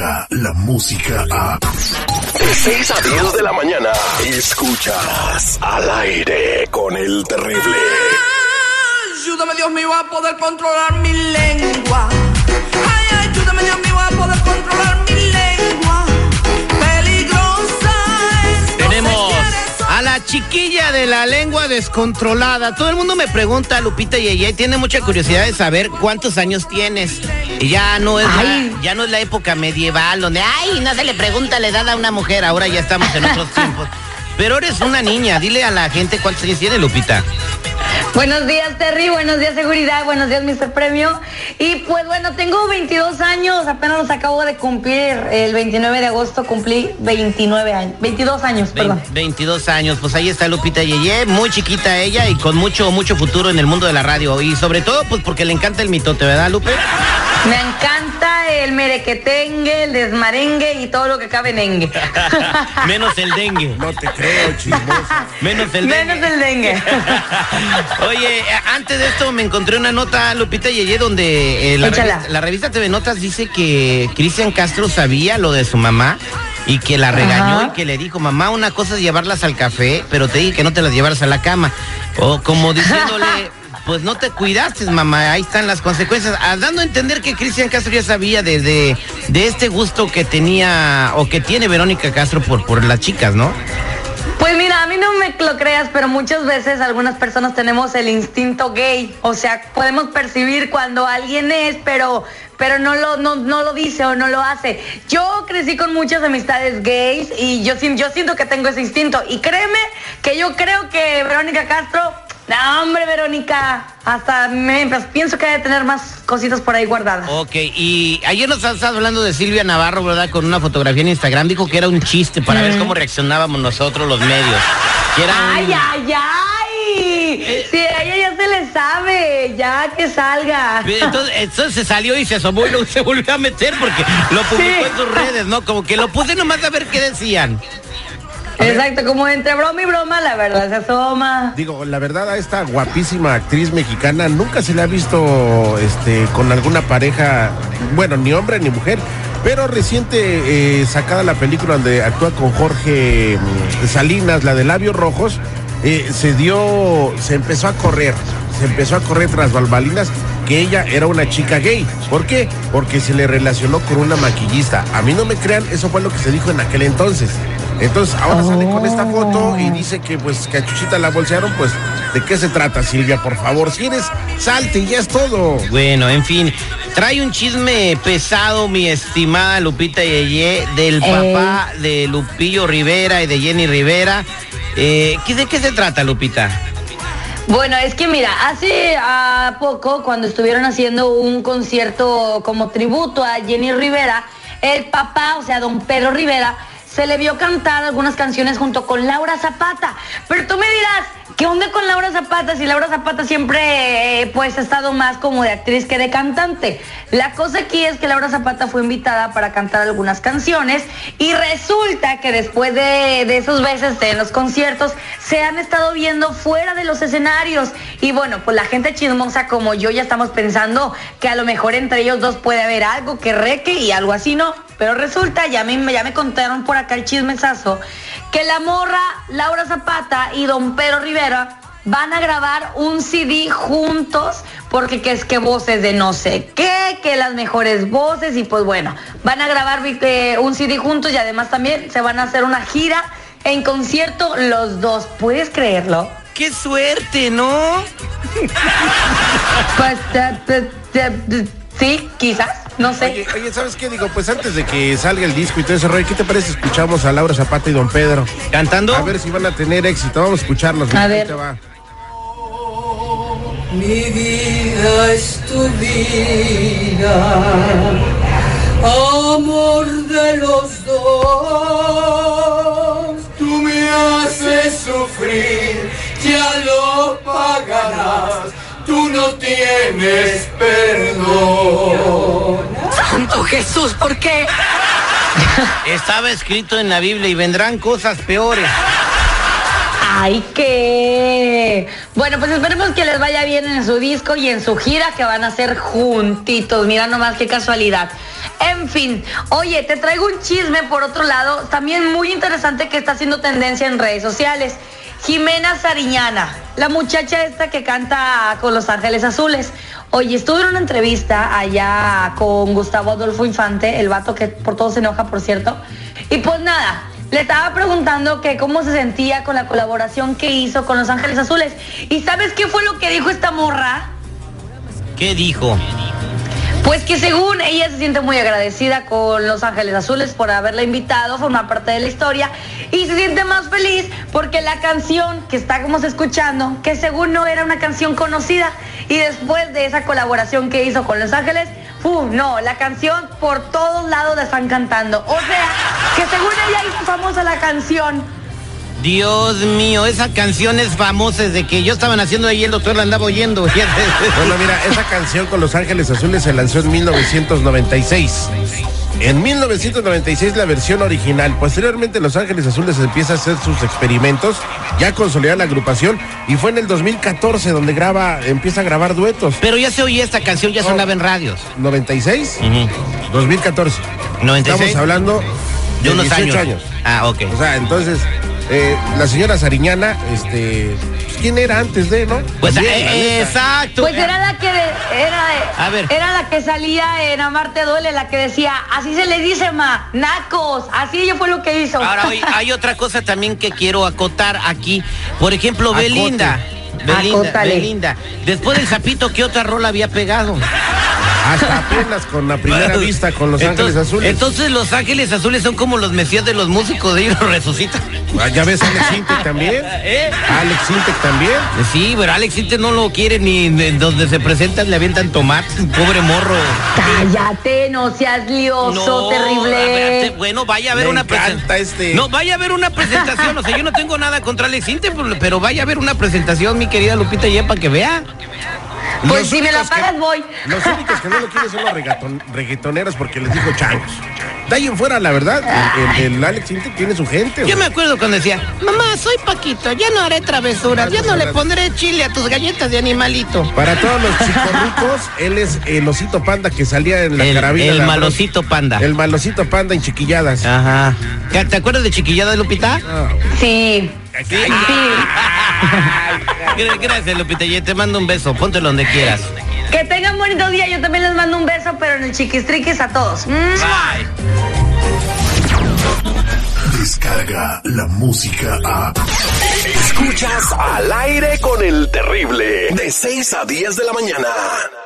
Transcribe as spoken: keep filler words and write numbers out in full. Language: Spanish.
llega la música a... De seis a diez de la mañana, escuchas Al Aire con el Terrible. Ayúdame, Dios mío, a poder controlar mi lengua. Ay, ayúdame, Dios mío, a poder controlar mi lengua. Peligrosa es. Tenemos a la chiquilla de la lengua descontrolada. Todo el mundo me pregunta, Lupita y ella, tiene mucha curiosidad de saber cuántos años tienes. Y ya no es la, ya no es la época medieval donde, ay, no se le pregunta la edad a una mujer. Ahora ya estamos en otros tiempos. Pero eres una niña. Dile a la gente cuántos años tiene, Lupita. Buenos días, Terry, buenos días, seguridad, buenos días, mister Premio. Y pues bueno, tengo veintidós años, apenas los acabo de cumplir. El veintinueve de agosto cumplí veintinueve años, veintidós años, perdón. veintidós años, pues ahí está Lupita Yeye, muy chiquita ella y con mucho, mucho futuro en el mundo de la radio. Y sobre todo, pues porque le encanta el mitote, ¿verdad, Lupe? Me encanta el merequetengue, el desmarengue y todo lo que cabe en engue. Menos el dengue. No te creo, chismosa. Menos el dengue. Menos el dengue. Oye, antes de esto me encontré una nota, Lupita Yeye, donde eh, la, revista, la revista T V Notas dice que Cristian Castro sabía lo de su mamá y que la regañó. Ajá. Y que le dijo, mamá, una cosa es llevarlas al café, pero te dije que no te las llevaras a la cama. O como diciéndole... Pues no te cuidaste, mamá, ahí están las consecuencias. Ah, dando a entender que Cristian Castro ya sabía de, de, de este gusto que tenía o que tiene Verónica Castro por, por las chicas, ¿no? Pues mira, a mí no me lo creas, pero muchas veces algunas personas tenemos el instinto gay. O sea, podemos percibir cuando alguien es, pero... pero no lo, no, no lo dice o no lo hace. Yo crecí con muchas amistades gays y yo, yo siento que tengo ese instinto. Y créeme que yo creo que Verónica Castro... No, hombre, Verónica, hasta me pues, pienso que debe tener más cositas por ahí guardadas. Ok, y ayer nos estabas hablando de Silvia Navarro, ¿verdad? Con una fotografía en Instagram, dijo que era un chiste para mm. ver cómo reaccionábamos nosotros los medios. Que era ¡Ay, un... ay, ay! Eh... Sí, a ella ya se le sabe, ya que salga. Entonces, entonces se salió y se asomó y luego se volvió a meter porque lo publicó sí. en sus redes, ¿no? Como que lo puse nomás a ver qué decían. Exacto, como entre broma y broma, la verdad se asoma. Digo, la verdad a esta guapísima actriz mexicana nunca se le ha visto este con alguna pareja, bueno, ni hombre ni mujer, pero reciente eh, sacada la película donde actúa con Jorge Salinas, la de Labios Rojos, eh, se dio, se empezó a correr, se empezó a correr tras bambalinas que ella era una chica gay. ¿Por qué? Porque se le relacionó con una maquillista. A mí no me crean, eso fue lo que se dijo en aquel entonces. Entonces ahora oh. sale con esta foto y dice que pues que a Chuchita la bolsearon. Pues ¿de qué se trata, Silvia? Por favor, si eres, salte y ya es todo. Bueno, en fin, trae un chisme pesado, mi estimada Lupita Yeye, del eh. papá de Lupillo Rivera y de Jenny Rivera. eh, ¿De qué se trata, Lupita? Bueno, es que mira, hace uh, poco cuando estuvieron haciendo un concierto como tributo a Jenny Rivera, el papá, o sea, don Pedro Rivera, se le vio cantar algunas canciones junto con Laura Zapata. Pero tú me dirás, ¿qué onda con Laura Zapata? Si Laura Zapata siempre eh, pues ha estado más como de actriz que de cantante. La cosa aquí es que Laura Zapata fue invitada para cantar algunas canciones y resulta que después de, de esos veces en los conciertos se han estado viendo fuera de los escenarios. Y bueno, pues la gente chismosa como yo ya estamos pensando que a lo mejor entre ellos dos puede haber algo que reque y algo así, ¿no? Pero resulta, ya me, ya me contaron por acá el chismesazo, que la morra Laura Zapata y don Pedro Rivera van a grabar un C D juntos, porque que es que voces de no sé qué, que las mejores voces, y pues bueno, van a grabar eh, un C D juntos y además también se van a hacer una gira en concierto los dos. ¿Puedes creerlo? ¡Qué suerte!, ¿no? Pues, uh, uh, uh, sí, quizás. No sé. Oye, oye, ¿sabes qué? Digo, pues antes de que salga el disco y todo ese rollo, ¿qué te parece? Escuchamos a Laura Zapata y don Pedro ¿cantando? A ver si van a tener éxito. Vamos a escucharlos. A ver. Te va. Mi vida es tu vida, amor de los dos. Tú me haces sufrir, ya lo pagarás. Tú no tienes perdón. ¡Santo Jesús! ¿Por qué? Estaba escrito en la Biblia y vendrán cosas peores. ¡Ay, qué! Bueno, pues esperemos que les vaya bien en su disco y en su gira que van a hacer juntitos. Mira nomás qué casualidad. En fin, oye, te traigo un chisme por otro lado, también muy interesante que está haciendo tendencia en redes sociales. Jimena Sariñana, la muchacha esta que canta con Los Ángeles Azules. Oye, estuve en una entrevista allá con Gustavo Adolfo Infante, el vato que por todo se enoja, por cierto. Y pues nada, le estaba preguntando que cómo se sentía con la colaboración que hizo con Los Ángeles Azules. ¿Y sabes qué fue lo que dijo esta morra? ¿Qué dijo? Pues que según ella se siente muy agradecida con Los Ángeles Azules por haberla invitado a formar parte de la historia y se siente más feliz porque la canción que estábamos escuchando, que según no era una canción conocida, y después de esa colaboración que hizo con Los Ángeles, ¡pum! No, la canción por todos lados la están cantando. O sea, que según ella hizo famosa la canción. Dios mío, esa canción es famosa desde que yo estaba naciendo ahí, el doctor la andaba oyendo. Bueno, mira, esa canción con Los Ángeles Azules se lanzó en mil novecientos noventa y seis. En mil novecientos noventa y seis la versión original. Posteriormente Los Ángeles Azules empieza a hacer sus experimentos, ya consolidar la agrupación, y fue en el dos mil catorce donde graba, empieza a grabar duetos. Pero ya se oía esta canción, ya sonaba en radios. ¿noventa y seis? Uh-huh. dos mil catorce. ¿noventa y seis? Estamos hablando de, de unos años. años. Ah, ok. O sea, entonces, eh, la señora Sariñana, este, ¿quién era antes de, no? Pues También, eh, exacto. Pues era la que de, era de, A ver. era la que salía en Amarte Duele, la que decía, así se le dice, ma, nacos, así ella fue lo que hizo. Ahora, oye, hay otra cosa también que quiero acotar aquí. Por ejemplo, Acote. Belinda. Belinda, Acótale. Belinda. Después del Zapito, ¿qué otra rola había pegado? Hasta apenas con la primera Bueno, vista con Los entonces, Ángeles Azules. Entonces Los Ángeles Azules son como los mesías de los músicos, de ellos resucitan. Ah, ya ves, Alex Intec también. ¿Eh? Alex Intec también. Sí, pero Alex Intec no lo quiere ni en donde se presentan le avientan tomates, pobre morro. Cállate, no seas lioso, No, terrible. a ver, bueno, vaya a haber Me una encanta presentación. este. No, vaya a haber una presentación. O sea, yo no tengo nada contra Alex Intec, pero- pero vaya a haber una presentación, mi querida Lupita, ya para que vea. Pues Los si me la únicos que- pagas, voy. Los únicos que no lo quieren son los regaton- reggaetoneros porque les dijo changos. De ahí en fuera, la verdad, el, el- el Alex Intec tiene su gente. Yo güey. me acuerdo cuando decía, mamá, soy Paquito, ya no haré travesuras, ya no le pondré chile a tus galletas de animalito. Para todos los chicorrucos, él es el osito panda que salía en la El, carabina. el la- malocito panda. El malocito panda en chiquilladas. Ajá. ¿Te acuerdas de Chiquillada, Lupita? Ah, Sí, Sí. sí. Gra- Gracias, Lupita, y te mando un beso, póntelo donde quieras. Que tengan bonito día, yo también les mando un beso, pero en el chiquistriquis a todos. Bye. Descarga la música a... Escuchas Al Aire con el Terrible, de seis a diez de la mañana.